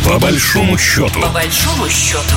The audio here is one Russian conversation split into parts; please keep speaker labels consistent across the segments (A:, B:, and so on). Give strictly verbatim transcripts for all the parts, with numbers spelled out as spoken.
A: По большому счету.
B: По большому счету.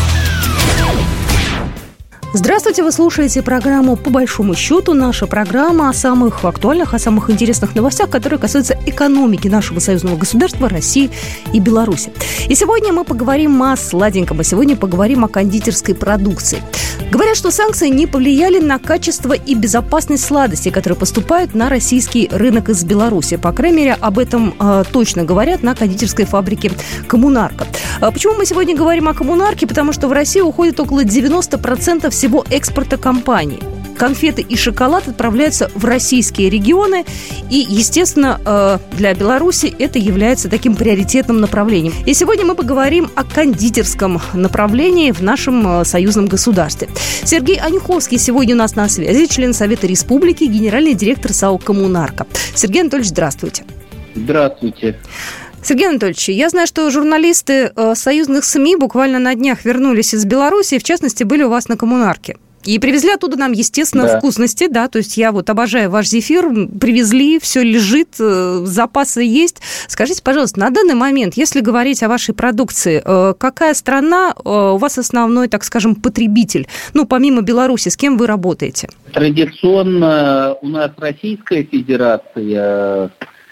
C: Здравствуйте, вы слушаете программу «По большому счету». Наша программа о самых актуальных, о самых интересных новостях, которые касаются экономики нашего союзного государства, России и Беларуси. И сегодня мы поговорим о сладеньком, а сегодня поговорим о кондитерской продукции. Говорят, что санкции не повлияли на качество и безопасность сладостей, которые поступают на российский рынок из Беларуси. По крайней мере, об этом э, точно говорят на кондитерской фабрике «Коммунарка». А почему мы сегодня говорим о «Коммунарке»? Потому что в Россию уходит около девяносто процентов всего экспорта компании. Конфеты и шоколад отправляются в российские регионы, и, естественно, для Беларуси это является таким приоритетным направлением. И сегодня мы поговорим о кондитерском направлении в нашем союзном государстве. Сергей Анюховский сегодня у нас на связи, член Совета Республики, генеральный директор САО «Коммунарка». Сергей Анатольевич, здравствуйте.
D: Здравствуйте.
C: Сергей Анатольевич, я знаю, что журналисты э, союзных СМИ буквально на днях вернулись из Беларуси, в частности, были у вас на «Коммунарке». И привезли оттуда нам, естественно, да. вкусности, да, то есть я вот обожаю ваш зефир, привезли, все лежит, э, запасы есть. Скажите, пожалуйста, на данный момент, если говорить о вашей продукции, э, какая страна э, у вас основной, так скажем, потребитель? Ну, помимо Беларуси, с кем вы работаете?
D: Традиционно у нас Российская Федерация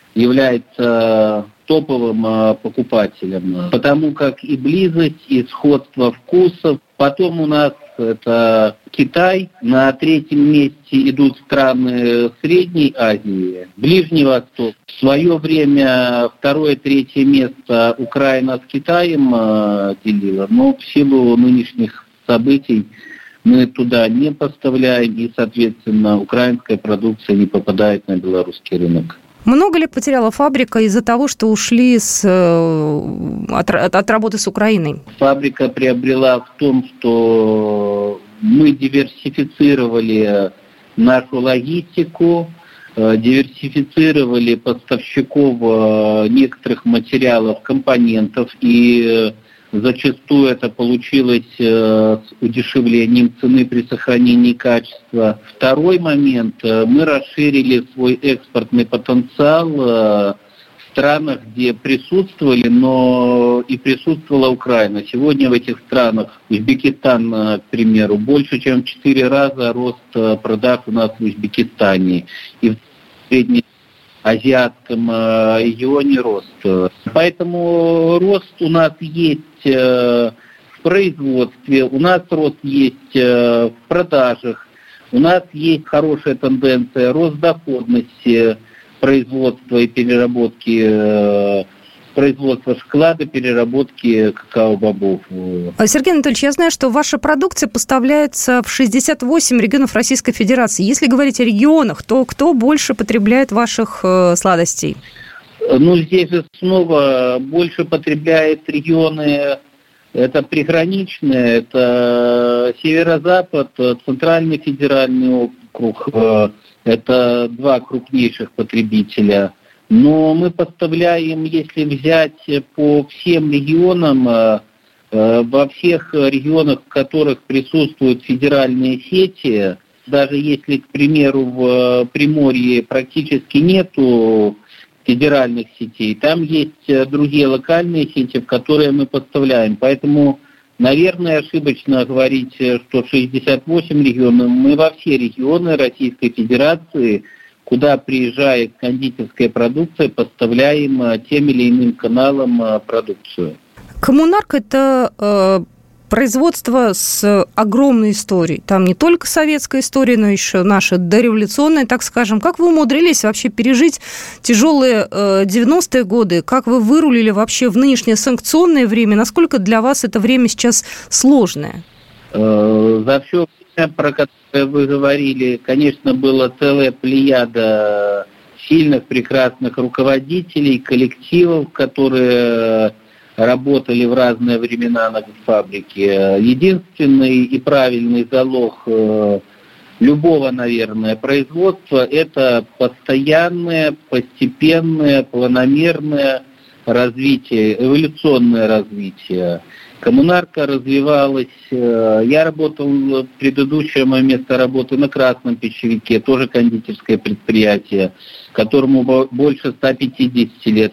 D: является топовым покупателем, потому как и близость, и сходство вкусов. Потом у нас это Китай, на третьем месте идут страны Средней Азии, Ближний Восток. В свое время второе, третье место Украина с Китаем делила, но в силу нынешних событий мы туда не поставляем, и, соответственно, украинская продукция не попадает на белорусский рынок.
C: Много ли потеряла фабрика из-за того, что ушли с, от, от работы с Украиной?
D: Фабрика приобрела в том, что мы диверсифицировали нашу логистику, диверсифицировали поставщиков некоторых материалов, компонентов, и зачастую это получилось с удешевлением цены при сохранении качества. Второй момент. Мы расширили свой экспортный потенциал в странах, где присутствовали, но и присутствовала Украина. Сегодня в этих странах, Узбекистан, к примеру, больше, чем в четыре раза рост продаж у нас в Узбекистане. И в среднем азиатском регионе рост. Поэтому рост у нас есть в производстве, у нас рост есть в продажах, у нас есть хорошая тенденция, рост доходности производства и переработки, производства шоколада, переработки какао-бобов.
C: Сергей Анатольевич, я знаю, что ваша продукция поставляется в шестьдесят восемь регионов Российской Федерации. Если говорить о регионах, то кто больше потребляет ваших э, сладостей?
D: Ну, здесь же снова больше потребляет регионы, это приграничные, это северо-запад, Центральный федеральный округ, это два крупнейших потребителя. Но мы поставляем, если взять по всем регионам, во всех регионах, в которых присутствуют федеральные сети, даже если, к примеру, в Приморье практически нету федеральных сетей, там есть другие локальные сети, в которые мы поставляем. Поэтому, наверное, ошибочно говорить, что шестьдесят восемь регионов. Мы во все регионы Российской Федерации, куда приезжает кондитерская продукция, поставляем тем или иным каналам продукцию.
C: «Коммунарка» – это э, производство с огромной историей. Там не только советская история, но еще наша дореволюционная, так скажем. Как вы умудрились вообще пережить тяжелые э, девяностые годы? Как вы вырулили вообще в нынешнее санкционное время? Насколько для вас это время сейчас сложное?
D: Э, за все время, про которое вы говорили, конечно, была целая плеяда сильных, прекрасных руководителей, коллективов, которые работали в разные времена на фабрике. Единственный и правильный залог любого, наверное, производства – это постоянное, постепенное, планомерное развитие, эволюционное развитие. Коммунарка развивалась. Я работал, предыдущее мое место работы на Красном Пищевике, тоже кондитерское предприятие, которому больше ста пятидесяти лет. Оно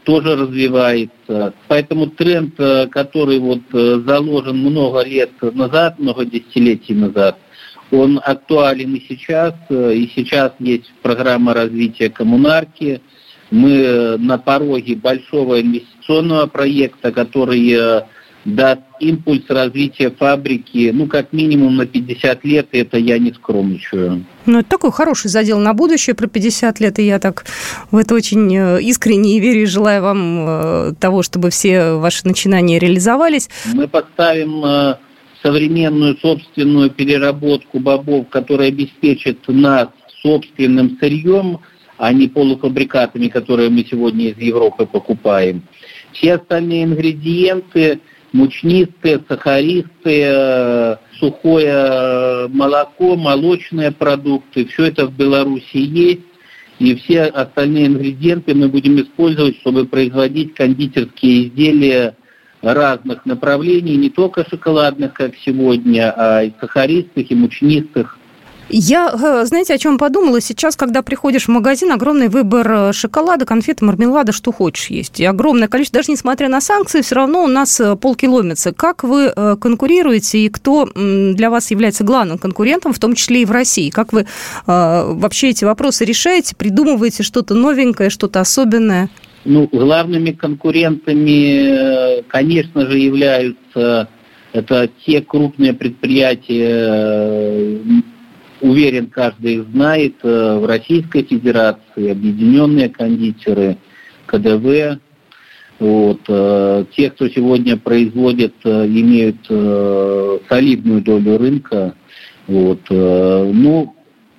D: тоже развивается. Поэтому тренд, который вот заложен много лет назад, много десятилетий назад, он актуален и сейчас. И сейчас есть программа развития коммунарки. Мы на пороге большого инвестиционного проекта, который даст импульс развития фабрики, ну, как минимум на пятьдесят лет, это я не скромничаю.
C: Ну, это такой хороший задел на будущее про пятьдесят лет, и я так в это очень искренне верю и желаю вам того, чтобы все ваши начинания реализовались.
D: Мы поставим современную собственную переработку бобов, которая обеспечит нас собственным сырьем, а не полуфабрикатами, которые мы сегодня из Европы покупаем. Все остальные ингредиенты, мучнистые, сахаристые, сухое молоко, молочные продукты, все это в Беларуси есть. И все остальные ингредиенты мы будем использовать, чтобы производить кондитерские изделия разных направлений, не только шоколадных, как сегодня, а и сахаристых, и мучнистых.
C: Я, знаете, о чем подумала? Сейчас, когда приходишь в магазин, огромный выбор шоколада, конфеты, мармелада, что хочешь есть. И огромное количество, даже несмотря на санкции, все равно у нас полкилометра. Как вы конкурируете и кто для вас является главным конкурентом, в том числе и в России? Как вы вообще эти вопросы решаете, придумываете что-то новенькое, что-то особенное?
D: Ну, главными конкурентами, конечно же, являются это те крупные предприятия, уверен, каждый их знает, в Российской Федерации, объединенные кондитеры, ка дэ вэ. Вот, те, кто сегодня производит, имеют солидную долю рынка. Вот, ну,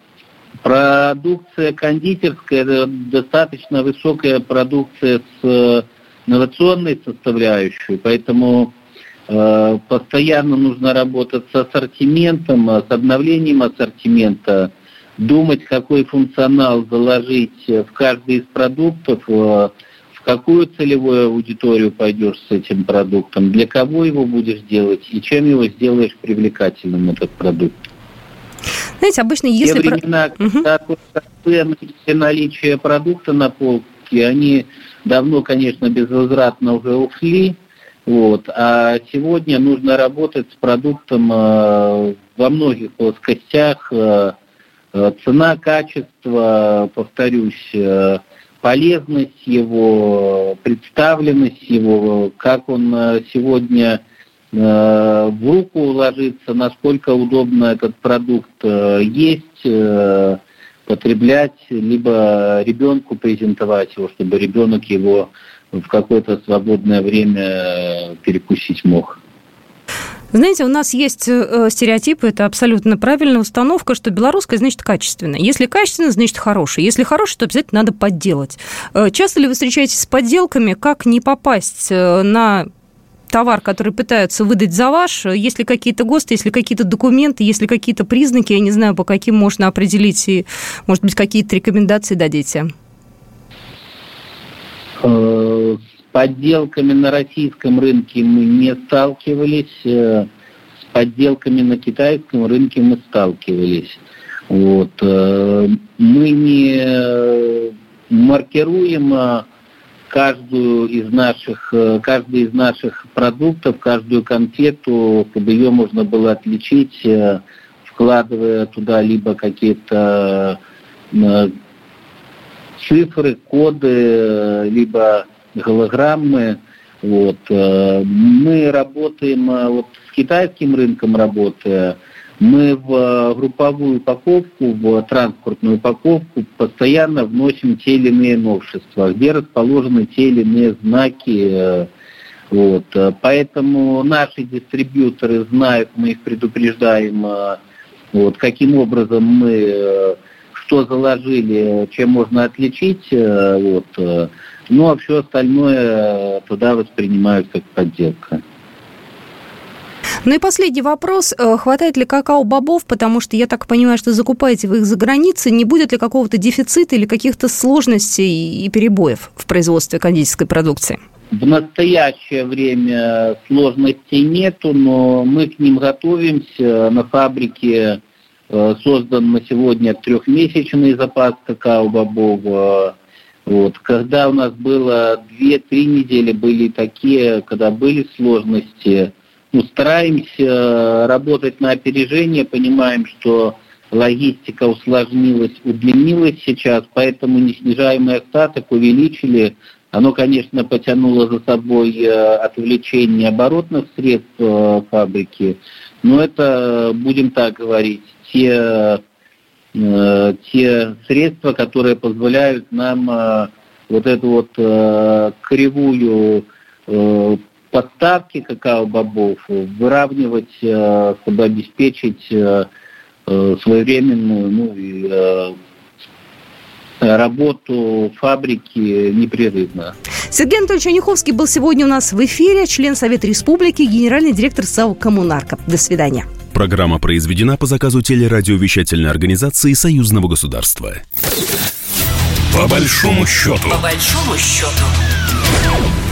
D: продукция кондитерская – это достаточно высокая продукция с инновационной составляющей, поэтому э, постоянно нужно работать с ассортиментом, с обновлением ассортимента, думать, какой функционал заложить в каждый из продуктов, э, в какую целевую аудиторию пойдешь с этим продуктом, для кого его будешь делать и чем его сделаешь привлекательным, этот продукт.
C: Знаете, обычно если...
D: Те времена, когда угу. наличие продукта на полке, они давно, конечно, безвозвратно уже ушли. Вот. А сегодня нужно работать с продуктом э, во многих плоскостях. Э, цена, качество, повторюсь, э, полезность его, представленность его, как он сегодня... в руку ложиться, насколько удобно этот продукт есть, потреблять, либо ребенку презентовать его, чтобы ребенок его в какое-то свободное время перекусить мог.
C: Знаете, у нас есть стереотипы, это абсолютно правильная установка, что белорусское значит качественно. Если качественно, значит хорошее. Если хорошее, то обязательно надо подделать. Часто ли вы встречаетесь с подделками? Как не попасть на товар, который пытаются выдать за ваш? Есть ли какие-то ГОСТы, есть ли какие-то документы, есть ли какие-то признаки, я не знаю, по каким можно определить, и, может быть, какие-то рекомендации дадите?
D: С подделками на российском рынке мы не сталкивались, с подделками на китайском рынке мы сталкивались. Вот. Мы не маркируем каждую из наших, каждый из наших продуктов, каждую конфету, чтобы ее можно было отличить, вкладывая туда либо какие-то цифры, коды, либо голограммы. Вот. Мы работаем, вот с китайским рынком работая, мы в групповую упаковку, в транспортную упаковку постоянно вносим те или иные новшества, где расположены те или иные знаки. Вот. Поэтому наши дистрибьюторы знают, мы их предупреждаем, вот, каким образом мы, что заложили, чем можно отличить. Вот. Ну а все остальное туда воспринимают как подделка.
C: Ну и последний вопрос. Хватает ли какао-бобов? Потому что я так понимаю, что закупаете вы их за границей. Не будет ли какого-то дефицита или каких-то сложностей и перебоев в производстве кондитерской продукции?
D: В настоящее время сложностей нету, но мы к ним готовимся. На фабрике создан на сегодня трехмесячный запас какао-бобов. Вот. Когда у нас было две-три недели, были такие, когда были сложности, ну, стараемся работать на опережение, понимаем, что логистика усложнилась, удлинилась сейчас, поэтому неснижаемый остаток увеличили. Оно, конечно, потянуло за собой отвлечение оборотных средств фабрики, но это, будем так говорить, те, те средства, которые позволяют нам вот эту вот кривую поставки какао-бобов выравнивать, чтобы обеспечить своевременную, ну, и, э, работу фабрики непрерывно.
C: Сергей Анатольевич Онюховский был сегодня у нас в эфире, член Совета Республики, генеральный директор САО «Коммунарка». До свидания.
A: Программа произведена по заказу телерадиовещательной организации Союзного государства. По большому счету.
B: По большому счету.